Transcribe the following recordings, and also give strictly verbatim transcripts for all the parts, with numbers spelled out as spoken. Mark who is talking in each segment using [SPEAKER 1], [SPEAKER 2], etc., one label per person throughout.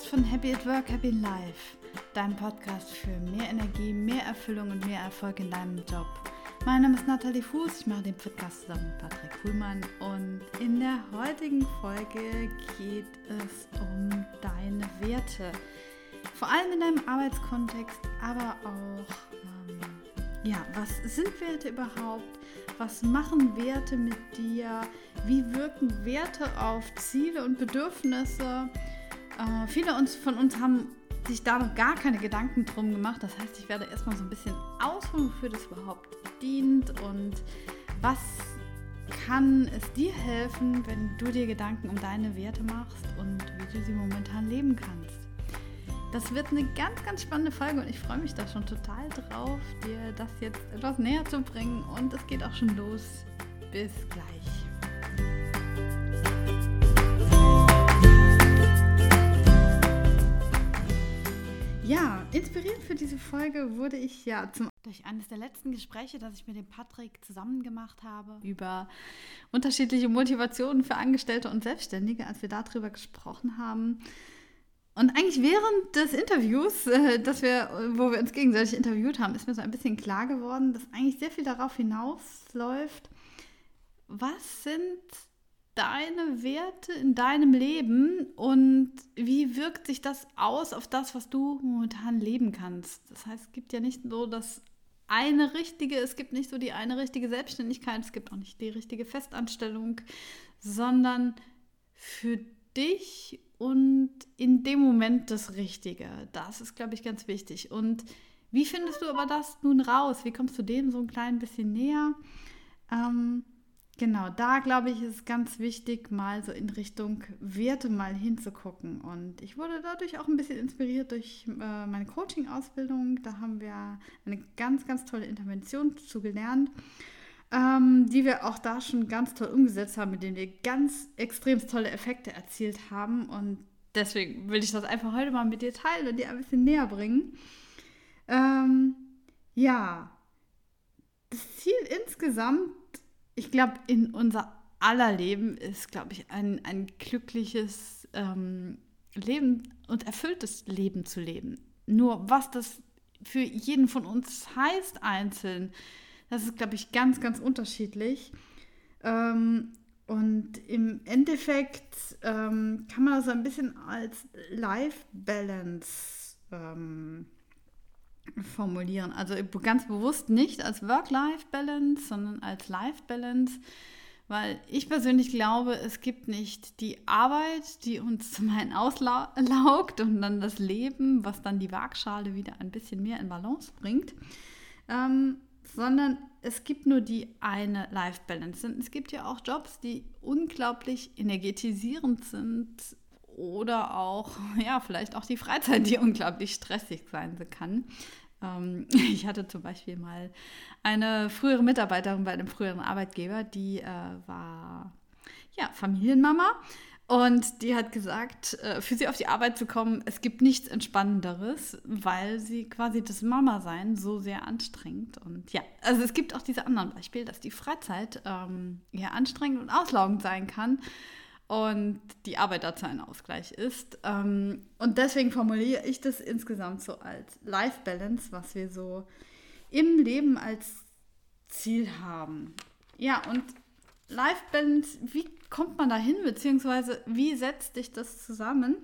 [SPEAKER 1] hörst von Happy at Work, Happy in Life, dein Podcast für mehr Energie, mehr Erfüllung und mehr Erfolg in deinem Job. Mein Name ist Nathalie Fuß, ich mache den Podcast zusammen mit Patrick Kuhlmann und in der heutigen Folge geht es um deine Werte. Vor allem in deinem Arbeitskontext, aber auch, ähm, ja, was sind Werte überhaupt? Was machen Werte mit dir? Wie wirken Werte auf Ziele und Bedürfnisse? Äh, viele uns, von uns haben sich da noch gar keine Gedanken drum gemacht. Das heißt, ich werde erstmal so ein bisschen ausholen, wofür das überhaupt dient und was kann es dir helfen, wenn du dir Gedanken um deine Werte machst und wie du sie momentan leben kannst. Das wird eine ganz, ganz spannende Folge und ich freue mich da schon total drauf, dir das jetzt etwas näher zu bringen und es geht auch schon los. Bis gleich. Ja, inspiriert für diese Folge wurde ich ja zum, durch eines der letzten Gespräche, das ich mit dem Patrick zusammen gemacht habe, über unterschiedliche Motivationen für Angestellte und Selbstständige, als wir darüber gesprochen haben. Und eigentlich während des Interviews, äh, dass wir, wo wir uns gegenseitig interviewt haben, ist mir so ein bisschen klar geworden, dass eigentlich sehr viel darauf hinausläuft, was sind deine Werte in deinem Leben und wie wirkt sich das aus auf das, was du momentan leben kannst. Das heißt, es gibt ja nicht so das eine richtige, es gibt nicht so die eine richtige Selbstständigkeit, es gibt auch nicht die richtige Festanstellung, sondern für dich und in dem Moment das Richtige. Das ist, glaube ich, ganz wichtig. Und wie findest du aber das nun raus? Wie kommst du dem so ein klein bisschen näher? Ähm, genau, da, glaube ich, ist es ganz wichtig, mal so in Richtung Werte mal hinzugucken. Und ich wurde dadurch auch ein bisschen inspiriert durch äh, meine Coaching-Ausbildung. Da haben wir eine ganz, ganz tolle Intervention zu gelernt, Ähm, die wir auch da schon ganz toll umgesetzt haben, mit denen wir ganz extrem tolle Effekte erzielt haben. Und deswegen will ich das einfach heute mal mit dir teilen und dir ein bisschen näher bringen. Ähm, ja, das Ziel insgesamt, ich glaube, in unser aller Leben ist, glaube ich, ein, ein glückliches ähm, Leben und erfülltes Leben zu leben. Nur was das für jeden von uns heißt einzeln, das ist, glaube ich, ganz, ganz unterschiedlich. Ähm, und im Endeffekt ähm, kann man das so ein bisschen als Life Balance ähm, formulieren. Also ganz bewusst nicht als Work-Life-Balance, sondern als Life-Balance, weil ich persönlich glaube, es gibt nicht die Arbeit, die uns zum einen auslaugt und dann das Leben, was dann die Waagschale wieder ein bisschen mehr in Balance bringt, ähm, sondern es gibt nur die eine Life Balance. Und es gibt ja auch Jobs, die unglaublich energetisierend sind oder auch, ja, vielleicht auch die Freizeit, die unglaublich stressig sein kann. Ähm, ich hatte zum Beispiel mal eine frühere Mitarbeiterin bei einem früheren Arbeitgeber, die äh, war, ja, Familienmama. Und die hat gesagt, für sie auf die Arbeit zu kommen, es gibt nichts Entspannenderes, weil sie quasi das Mama-Sein so sehr anstrengt. Und ja, also es gibt auch diese anderen Beispiele, dass die Freizeit ähm, ja anstrengend und auslaugend sein kann und die Arbeit dazu ein Ausgleich ist. Ähm, und deswegen formuliere ich das insgesamt so als Life Balance, was wir so im Leben als Ziel haben. Ja, und Life Balance, wie kommt man da hin, beziehungsweise wie setzt sich das zusammen?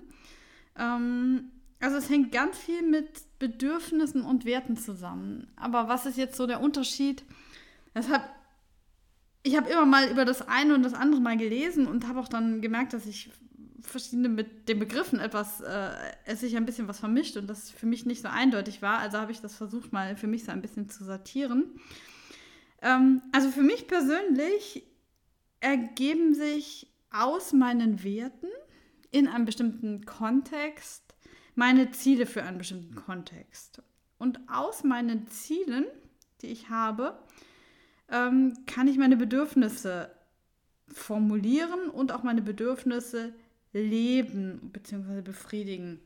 [SPEAKER 1] Ähm, also es hängt ganz viel mit Bedürfnissen und Werten zusammen. Aber was ist jetzt so der Unterschied? Deshalb, ich habe immer mal über das eine und das andere mal gelesen und habe auch dann gemerkt, dass ich verschiedene mit den Begriffen etwas, äh, es sich ein bisschen was vermischt und das für mich nicht so eindeutig war. Also habe ich das versucht mal für mich so ein bisschen zu sortieren. Ähm, also für mich persönlich ergeben sich aus meinen Werten in einem bestimmten Kontext meine Ziele für einen bestimmten Kontext. Und aus meinen Zielen, die ich habe, ähm, kann ich meine Bedürfnisse formulieren und auch meine Bedürfnisse leben bzw. befriedigen.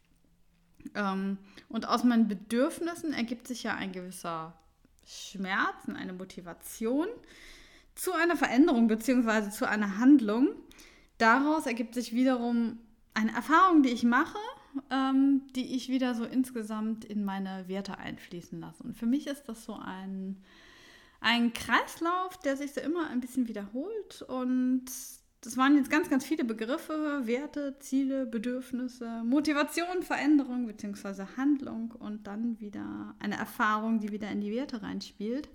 [SPEAKER 1] Ähm, und aus meinen Bedürfnissen ergibt sich ja ein gewisser Schmerz und eine Motivation zu einer Veränderung bzw. zu einer Handlung. Daraus ergibt sich wiederum eine Erfahrung, die ich mache, ähm, die ich wieder so insgesamt in meine Werte einfließen lasse. Und für mich ist das so ein, ein Kreislauf, der sich so immer ein bisschen wiederholt. Und das waren jetzt ganz, ganz viele Begriffe: Werte, Ziele, Bedürfnisse, Motivation, Veränderung bzw. Handlung und dann wieder eine Erfahrung, die wieder in die Werte reinspielt.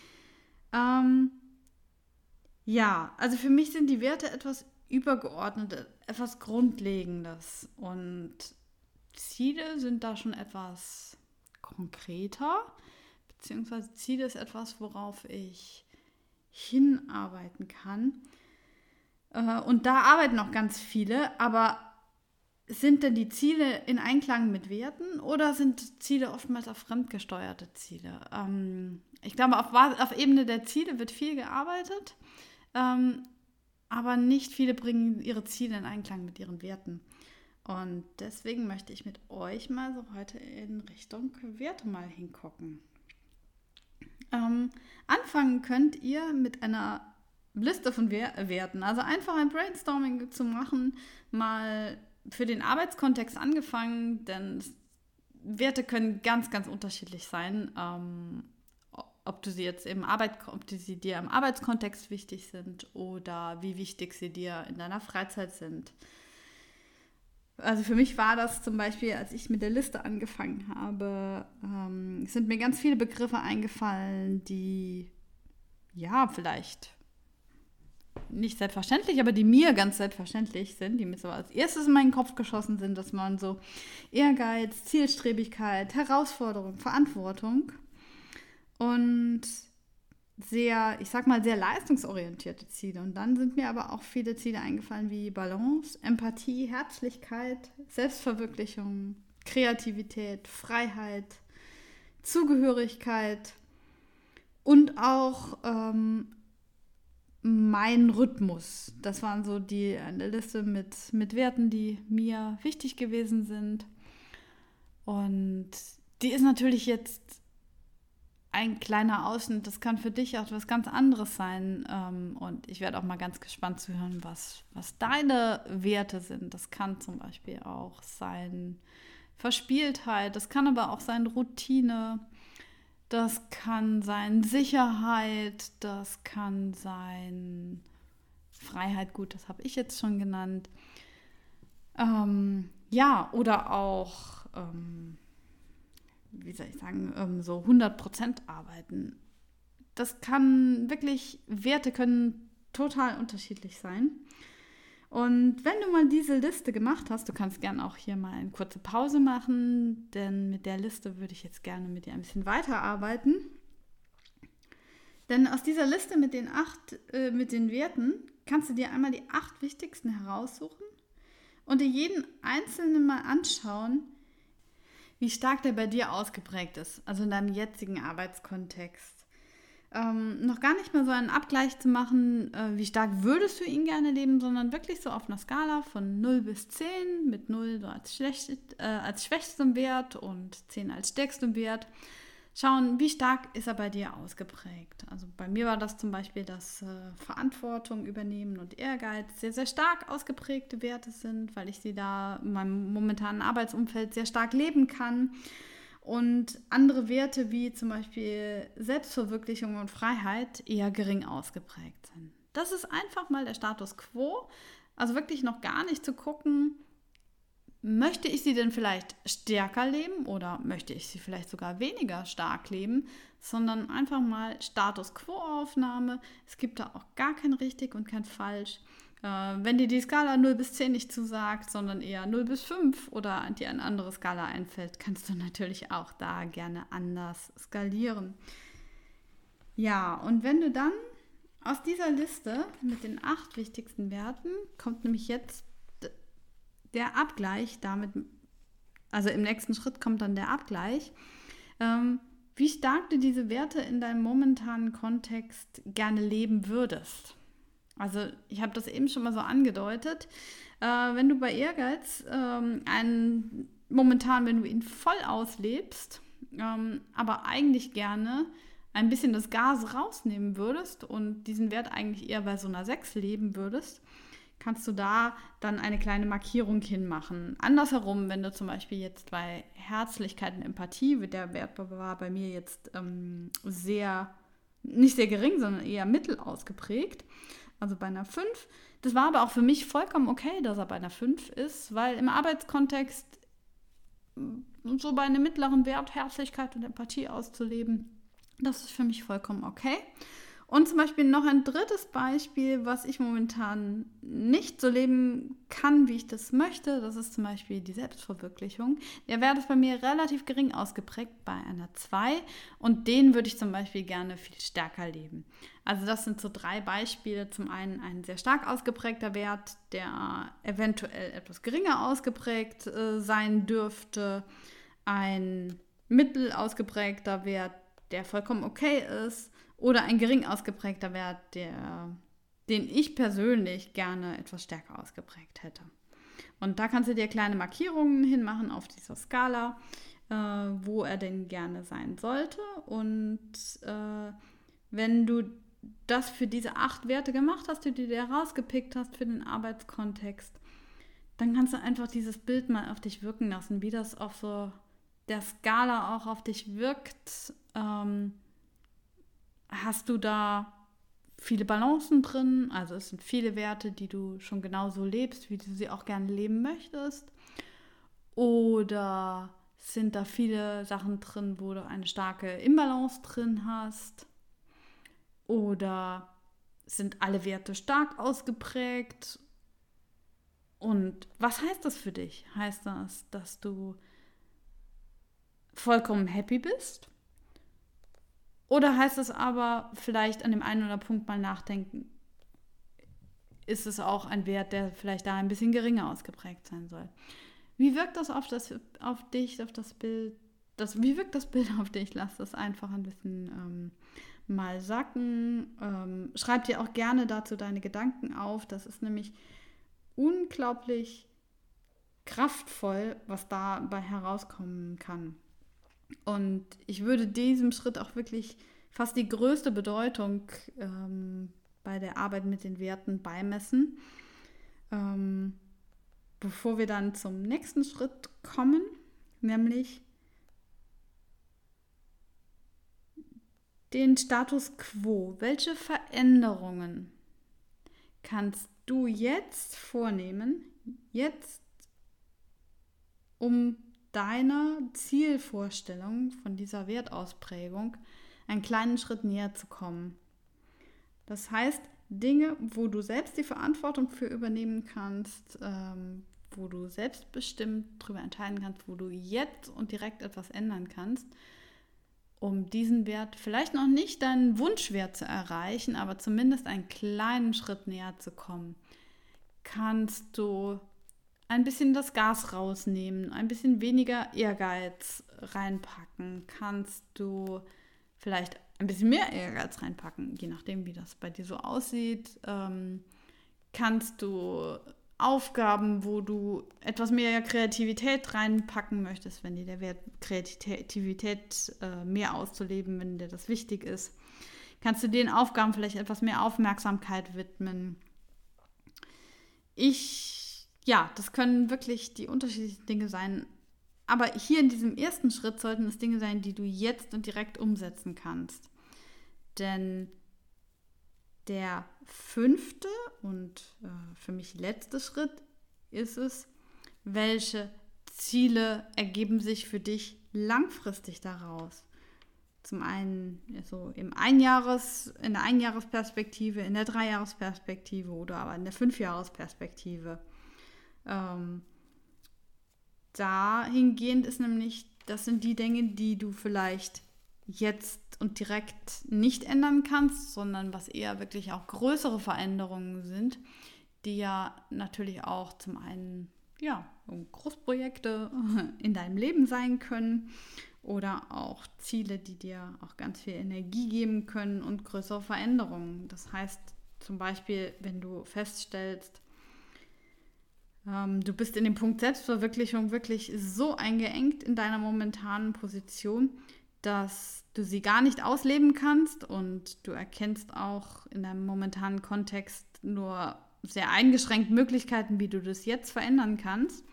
[SPEAKER 1] Ähm, ja, also für mich sind die Werte etwas Übergeordnetes, etwas Grundlegendes und Ziele sind da schon etwas konkreter, beziehungsweise Ziele ist etwas, worauf ich hinarbeiten kann. Und da arbeiten auch ganz viele, aber sind denn die Ziele in Einklang mit Werten oder sind Ziele oftmals auch fremdgesteuerte Ziele? Ähm, ich glaube, auf, auf Ebene der Ziele wird viel gearbeitet, ähm, aber nicht viele bringen ihre Ziele in Einklang mit ihren Werten. Und deswegen möchte ich mit euch mal so heute in Richtung Werte mal hingucken. Ähm, anfangen könnt ihr mit einer Liste von Werten, also einfach ein Brainstorming zu machen, mal für den Arbeitskontext angefangen, denn Werte können ganz, ganz unterschiedlich sein, ähm, ob du sie jetzt im Arbeit, ob die sie dir im Arbeitskontext wichtig sind oder wie wichtig sie dir in deiner Freizeit sind. Also für mich war das zum Beispiel, als ich mit der Liste angefangen habe, ähm, sind mir ganz viele Begriffe eingefallen, die ja vielleicht nicht selbstverständlich, aber die mir ganz selbstverständlich sind, die mir so als erstes in meinen Kopf geschossen sind, dass man so Ehrgeiz, Zielstrebigkeit, Herausforderung, Verantwortung und sehr, ich sag mal, sehr leistungsorientierte Ziele. Und dann sind mir aber auch viele Ziele eingefallen wie Balance, Empathie, Herzlichkeit, Selbstverwirklichung, Kreativität, Freiheit, Zugehörigkeit und auch ähm, mein Rhythmus. Das waren so die eine Liste mit, mit Werten, die mir wichtig gewesen sind. Und die ist natürlich jetzt ein kleiner Ausschnitt. Das kann für dich auch etwas ganz anderes sein. Und ich werde auch mal ganz gespannt zu hören, was, was deine Werte sind. Das kann zum Beispiel auch sein Verspieltheit, das kann aber auch sein Routine. Das kann sein Sicherheit, das kann sein Freiheit, gut, das habe ich jetzt schon genannt. Ähm, ja, oder auch, ähm, wie soll ich sagen, ähm, so hundert Prozent arbeiten. Das kann wirklich, Werte können total unterschiedlich sein. Und wenn du mal diese Liste gemacht hast, du kannst gerne auch hier mal eine kurze Pause machen, denn mit der Liste würde ich jetzt gerne mit dir ein bisschen weiterarbeiten. Denn aus dieser Liste mit den acht, äh, mit den Werten kannst du dir einmal die acht wichtigsten heraussuchen und dir jeden einzelnen mal anschauen, wie stark der bei dir ausgeprägt ist, also in deinem jetzigen Arbeitskontext. Ähm, noch gar nicht mal so einen Abgleich zu machen, äh, wie stark würdest du ihn gerne leben, sondern wirklich so auf einer Skala von null bis zehn, mit null so als, schlecht, äh, als schwächstem Wert und zehn als stärkstem Wert. Schauen, wie stark ist er bei dir ausgeprägt. Also bei mir war das zum Beispiel, dass äh, Verantwortung übernehmen und Ehrgeiz sehr, sehr stark ausgeprägte Werte sind, weil ich sie da in meinem momentanen Arbeitsumfeld sehr stark leben kann. Und andere Werte wie zum Beispiel Selbstverwirklichung und Freiheit eher gering ausgeprägt sind. Das ist einfach mal der Status quo. Also wirklich noch gar nicht zu gucken, möchte ich sie denn vielleicht stärker leben oder möchte ich sie vielleicht sogar weniger stark leben, sondern einfach mal Status quo-Aufnahme. Es gibt da auch gar kein richtig und kein falsch. Wenn dir die Skala null bis zehn nicht zusagt, sondern eher null bis fünf oder dir eine andere Skala einfällt, kannst du natürlich auch da gerne anders skalieren. Ja, und wenn du dann aus dieser Liste mit den acht wichtigsten Werten, kommt nämlich jetzt der Abgleich damit, also im nächsten Schritt kommt dann der Abgleich, ähm, wie stark du diese Werte in deinem momentanen Kontext gerne leben würdest. Also ich habe das eben schon mal so angedeutet, äh, wenn du bei Ehrgeiz ähm, einen, momentan, wenn du ihn voll auslebst, ähm, aber eigentlich gerne ein bisschen das Gas rausnehmen würdest und diesen Wert eigentlich eher bei so einer sechs leben würdest, kannst du da dann eine kleine Markierung hinmachen. Andersherum, wenn du zum Beispiel jetzt bei Herzlichkeit und Empathie, der Wert war bei mir jetzt ähm, sehr, nicht sehr gering, sondern eher mittel ausgeprägt, also bei einer fünf. Das war aber auch für mich vollkommen okay, dass er bei einer fünf ist, weil im Arbeitskontext so bei einem mittleren Wert Herzlichkeit und Empathie auszuleben, das ist für mich vollkommen okay. Und zum Beispiel noch ein drittes Beispiel, was ich momentan nicht so leben kann, wie ich das möchte, das ist zum Beispiel die Selbstverwirklichung. Der Wert ist bei mir relativ gering ausgeprägt bei einer zwei und den würde ich zum Beispiel gerne viel stärker leben. Also das sind so drei Beispiele. Zum einen ein sehr stark ausgeprägter Wert, der eventuell etwas geringer ausgeprägt äh, sein dürfte. Ein mittel ausgeprägter Wert, der vollkommen okay ist. Oder ein gering ausgeprägter Wert, der, den ich persönlich gerne etwas stärker ausgeprägt hätte. Und da kannst du dir kleine Markierungen hinmachen auf dieser Skala, äh, wo er denn gerne sein sollte. Und äh, wenn du das für diese acht Werte gemacht hast, die du dir rausgepickt hast für den Arbeitskontext, dann kannst du einfach dieses Bild mal auf dich wirken lassen, wie das auf so der Skala auch auf dich wirkt. Ähm, Hast du da viele Balancen drin? Also es sind viele Werte, die du schon genauso lebst, wie du sie auch gerne leben möchtest. Oder sind da viele Sachen drin, wo du eine starke Imbalance drin hast? Oder sind alle Werte stark ausgeprägt? Und was heißt das für dich? Heißt das, dass du vollkommen happy bist? Oder heißt es aber vielleicht an dem einen oder anderen Punkt mal nachdenken, ist es auch ein Wert, der vielleicht da ein bisschen geringer ausgeprägt sein soll? Wie wirkt das auf, das, auf dich, auf das Bild? Das, wie wirkt das Bild auf dich? Lass das einfach ein bisschen ähm, mal sacken. Ähm, schreib dir auch gerne dazu deine Gedanken auf. Das ist nämlich unglaublich kraftvoll, was dabei herauskommen kann. Und ich würde diesem Schritt auch wirklich fast die größte Bedeutung ähm, bei der Arbeit mit den Werten beimessen. Ähm, bevor wir dann zum nächsten Schritt kommen, nämlich den Status quo. Welche Veränderungen kannst du jetzt vornehmen, jetzt um deiner Zielvorstellung von dieser Wertausprägung einen kleinen Schritt näher zu kommen? Das heißt, Dinge, wo du selbst die Verantwortung für übernehmen kannst, ähm, wo du selbstbestimmt darüber entscheiden kannst, wo du jetzt und direkt etwas ändern kannst, um diesen Wert vielleicht noch nicht deinen Wunschwert zu erreichen, aber zumindest einen kleinen Schritt näher zu kommen. Kannst du ein bisschen das Gas rausnehmen, ein bisschen weniger Ehrgeiz reinpacken, kannst du vielleicht ein bisschen mehr Ehrgeiz reinpacken, je nachdem, wie das bei dir so aussieht. Ähm, kannst du Aufgaben, wo du etwas mehr Kreativität reinpacken möchtest, wenn dir der Wert Kreativität äh, mehr auszuleben, wenn dir das wichtig ist, kannst du den Aufgaben vielleicht etwas mehr Aufmerksamkeit widmen. Ich Ja, das können wirklich die unterschiedlichen Dinge sein. Aber hier in diesem ersten Schritt sollten es Dinge sein, die du jetzt und direkt umsetzen kannst. Denn der fünfte und äh, für mich letzte Schritt ist es, welche Ziele ergeben sich für dich langfristig daraus? Zum einen so im Einjahres, in der Einjahresperspektive, in der Dreijahresperspektive oder aber in der Fünfjahresperspektive. Ähm, dahingehend ist nämlich, das sind die Dinge, die du vielleicht jetzt und direkt nicht ändern kannst, sondern was eher wirklich auch größere Veränderungen sind, die ja natürlich auch zum einen ja, Großprojekte in deinem Leben sein können oder auch Ziele, die dir auch ganz viel Energie geben können und größere Veränderungen. Das heißt zum Beispiel, wenn du feststellst, ähm, du bist in dem Punkt Selbstverwirklichung wirklich so eingeengt in deiner momentanen Position, dass du sie gar nicht ausleben kannst und du erkennst auch in deinem momentanen Kontext nur sehr eingeschränkt Möglichkeiten, wie du das jetzt verändern kannst,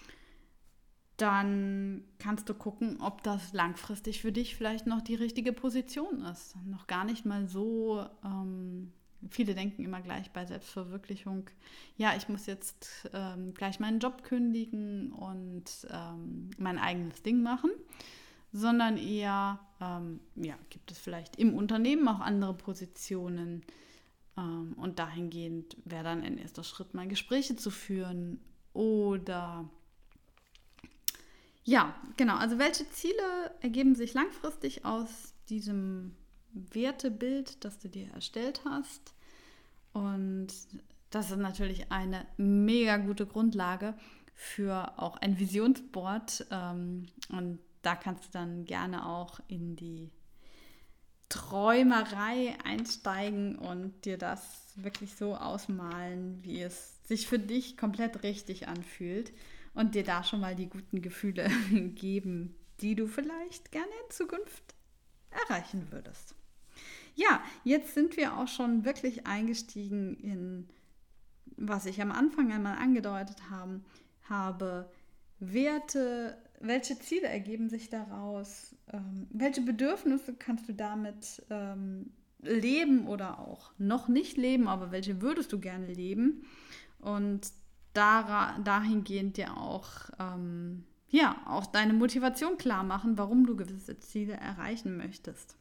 [SPEAKER 1] dann kannst du gucken, ob das langfristig für dich vielleicht noch die richtige Position ist. Noch gar nicht mal so, ähm, viele denken immer gleich bei Selbstverwirklichung, ja, ich muss jetzt ähm, gleich meinen Job kündigen und ähm, mein eigenes Ding machen, sondern eher, ähm, ja, gibt es vielleicht im Unternehmen auch andere Positionen, ähm, und dahingehend wäre dann ein erster Schritt, mal Gespräche zu führen oder ja, genau. Also welche Ziele ergeben sich langfristig aus diesem Wertebild, das du dir erstellt hast? Und das ist natürlich eine mega gute Grundlage für auch ein Visionsboard. Ähm, und da kannst du dann gerne auch in die Träumerei einsteigen und dir das wirklich so ausmalen, wie es sich für dich komplett richtig anfühlt. Und dir da schon mal die guten Gefühle geben, die du vielleicht gerne in Zukunft erreichen würdest. Ja, jetzt sind wir auch schon wirklich eingestiegen in, was ich am Anfang einmal angedeutet haben, habe, Werte, welche Ziele ergeben sich daraus, ähm, welche Bedürfnisse kannst du damit ähm, leben oder auch noch nicht leben, aber welche würdest du gerne leben? Und dahingehend dir auch, ähm, ja, auch deine Motivation klar machen, warum du gewisse Ziele erreichen möchtest.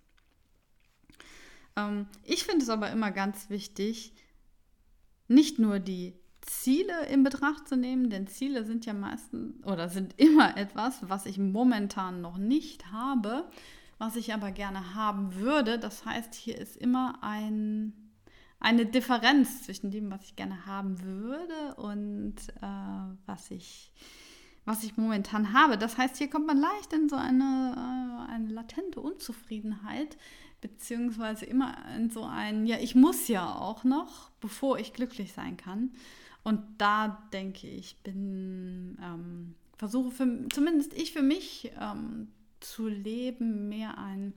[SPEAKER 1] Ähm, ich finde es aber immer ganz wichtig, nicht nur die Ziele in Betracht zu nehmen, denn Ziele sind ja meistens oder sind immer etwas, was ich momentan noch nicht habe, was ich aber gerne haben würde. Das heißt, hier ist immer ein eine Differenz zwischen dem, was ich gerne haben würde und äh, was ich, was ich momentan habe. Das heißt, hier kommt man leicht in so eine, äh, eine latente Unzufriedenheit, beziehungsweise immer in so ein, ja, ich muss ja auch noch, bevor ich glücklich sein kann. Und da denke ich, bin, ähm, versuche für, zumindest ich für mich ähm, zu leben, mehr ein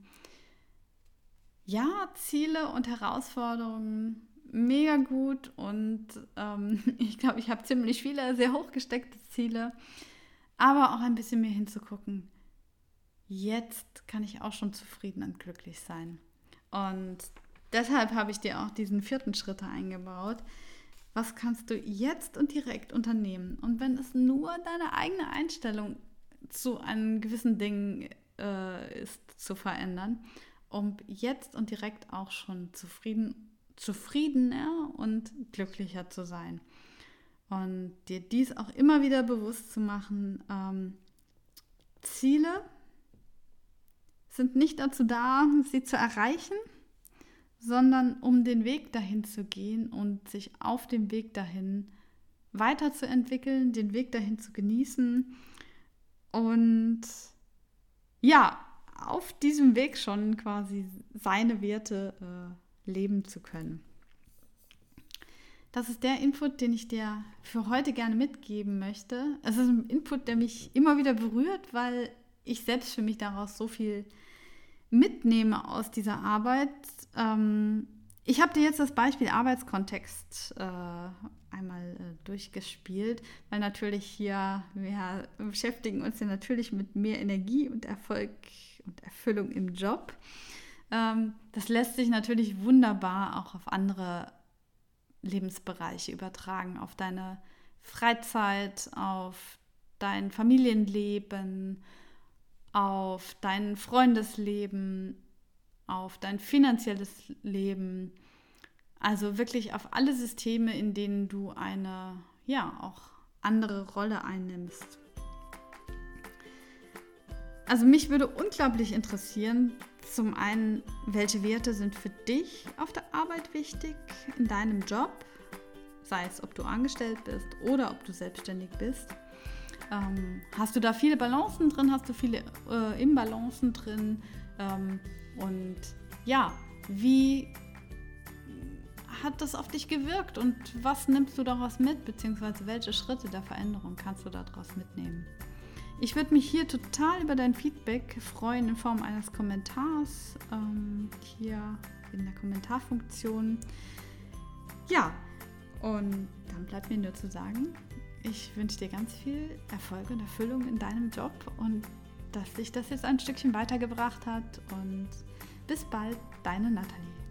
[SPEAKER 1] Ja, Ziele und Herausforderungen mega gut und ähm, ich glaube, ich habe ziemlich viele sehr hochgesteckte Ziele, aber auch ein bisschen mehr hinzugucken. Jetzt kann ich auch schon zufrieden und glücklich sein. Und deshalb habe ich dir auch diesen vierten Schritt eingebaut. Was kannst du jetzt und direkt unternehmen? Und wenn es nur deine eigene Einstellung zu einem gewissen Ding äh, ist, zu verändern, um jetzt und direkt auch schon zufrieden, zufriedener und glücklicher zu sein. Und dir dies auch immer wieder bewusst zu machen, ähm, Ziele sind nicht dazu da, sie zu erreichen, sondern um den Weg dahin zu gehen und sich auf dem Weg dahin weiterzuentwickeln, den Weg dahin zu genießen und ja, auf diesem Weg schon quasi seine Werte äh, leben zu können. Das ist der Input, den ich dir für heute gerne mitgeben möchte. Es ist ein Input, der mich immer wieder berührt, weil ich selbst für mich daraus so viel mitnehme aus dieser Arbeit. Ähm, ich habe dir jetzt das Beispiel Arbeitskontext äh, einmal äh, durchgespielt, weil natürlich hier, wir beschäftigen uns ja natürlich mit mehr Energie und Erfolg und Erfüllung im Job. Ähm, das lässt sich natürlich wunderbar auch auf andere Lebensbereiche übertragen, auf deine Freizeit, auf dein Familienleben, auf dein Freundesleben, auf dein finanzielles Leben. Also wirklich auf alle Systeme, in denen du eine, ja, auch andere Rolle einnimmst. Also mich würde unglaublich interessieren, zum einen, welche Werte sind für dich auf der Arbeit wichtig, in deinem Job, sei es, ob du angestellt bist oder ob du selbstständig bist. Ähm, hast du da viele Balancen drin, hast du viele äh, Imbalancen drin? Ähm, und ja, wie hat das auf dich gewirkt und was nimmst du daraus mit, beziehungsweise welche Schritte der Veränderung kannst du daraus mitnehmen? Ich würde mich hier total über dein Feedback freuen in Form eines Kommentars ähm, hier in der Kommentarfunktion. Ja, Und dann bleibt mir nur zu sagen, ich wünsche dir ganz viel Erfolg und Erfüllung in deinem Job und dass dich das jetzt ein Stückchen weitergebracht hat. Und bis bald, deine Nathalie.